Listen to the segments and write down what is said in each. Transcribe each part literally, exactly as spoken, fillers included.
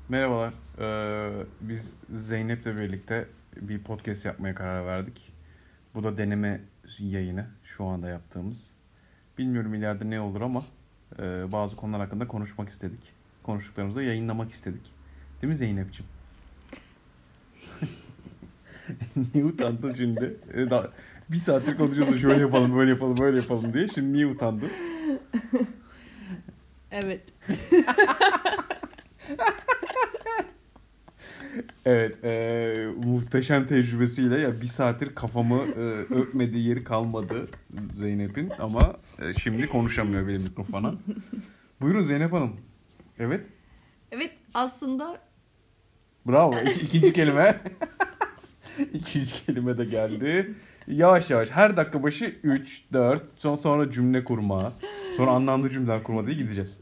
Merhabalar. Ee, biz Zeynep'le birlikte bir podcast yapmaya karar verdik. Bu da deneme yayını şu anda yaptığımız. Bilmiyorum ileride ne olur ama e, bazı konular hakkında konuşmak istedik. Konuştuklarımızı yayınlamak istedik. Değil mi Zeynep'ciğim? Niye utandın şimdi? E, daha bir saattir konuşuyorsun şöyle yapalım, böyle yapalım, böyle yapalım diye. Şimdi niye utandın? Evet. Evet, e, muhteşem tecrübesiyle ya bir saattir kafamı e, öpmediği yeri kalmadı Zeynep'in ama e, şimdi konuşamıyor benim mikrofona. Buyurun Zeynep Hanım. Evet. Evet aslında Bravo. İk- ikinci kelime. İkinci kelime de geldi. Yavaş yavaş her dakika başı üç, dört, sonra, sonra cümle kurma, sonra anlamlı cümleler kurma diye gideceğiz.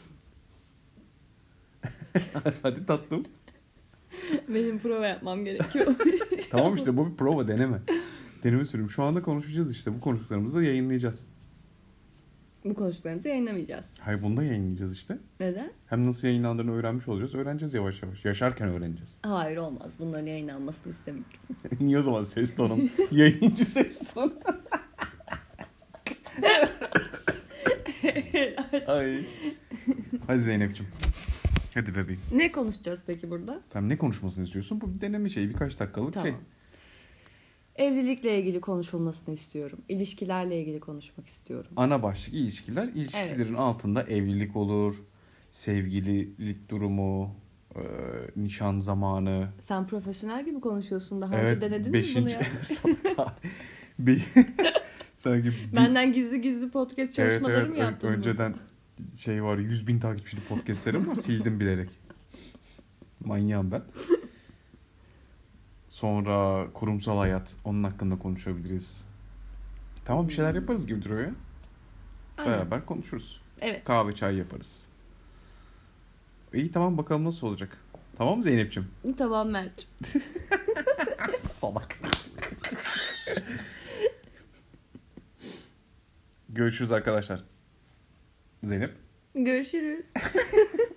Hadi tatlım. benim prova yapmam gerekiyor. Tamam işte bu bir prova, deneme. Deneme sürüm. Şu anda konuşacağız işte. Bu konuştuklarımızı da yayınlayacağız. Bu konuştuklarımızı yayınlamayacağız. Hayır, bunu da yayınlayacağız işte. Neden? Hem nasıl yayınlandığını öğrenmiş olacağız. Öğreneceğiz yavaş yavaş. Yaşarken öğreneceğiz. Hayır olmaz. Bunların yayınlanmasını istemiyorum. Niye o zaman ses tonum? Yayıncı ses tonu. Ay. Hadi Zeynep'ciğim. Hadi bebeğim. Ne konuşacağız peki burada? Tamam, ne konuşmasını istiyorsun? Bu bir deneme şeyi. Birkaç dakikalık Tamam. şey. Evlilikle ilgili konuşulmasını istiyorum. İlişkilerle ilgili konuşmak istiyorum. Ana başlık ilişkiler. İlişkilerin altında evlilik olur. Sevgililik durumu. E, nişan zamanı. Sen profesyonel gibi konuşuyorsun. Daha Evet, önce denedin beşinci... mi bunu ya? Be... Sanki bir... Benden gizli gizli podcast çalışmaları evet, evet. mı yaptın? Ö- önceden şey var, yüz bin takipçili podcastlerim var. Sildim bilerek. Manyağım ben. Sonra kurumsal hayat. Onun hakkında konuşabiliriz. Tamam, bir şeyler yaparız gibi duruyor ya. Aynen. Beraber konuşuruz. Evet. Kahve çay yaparız. İyi, tamam, bakalım nasıl olacak. Tamam mı Zeynep'ciğim? Tamam Mert. Salak. Görüşürüz arkadaşlar. Zeynep. Görüşürüz.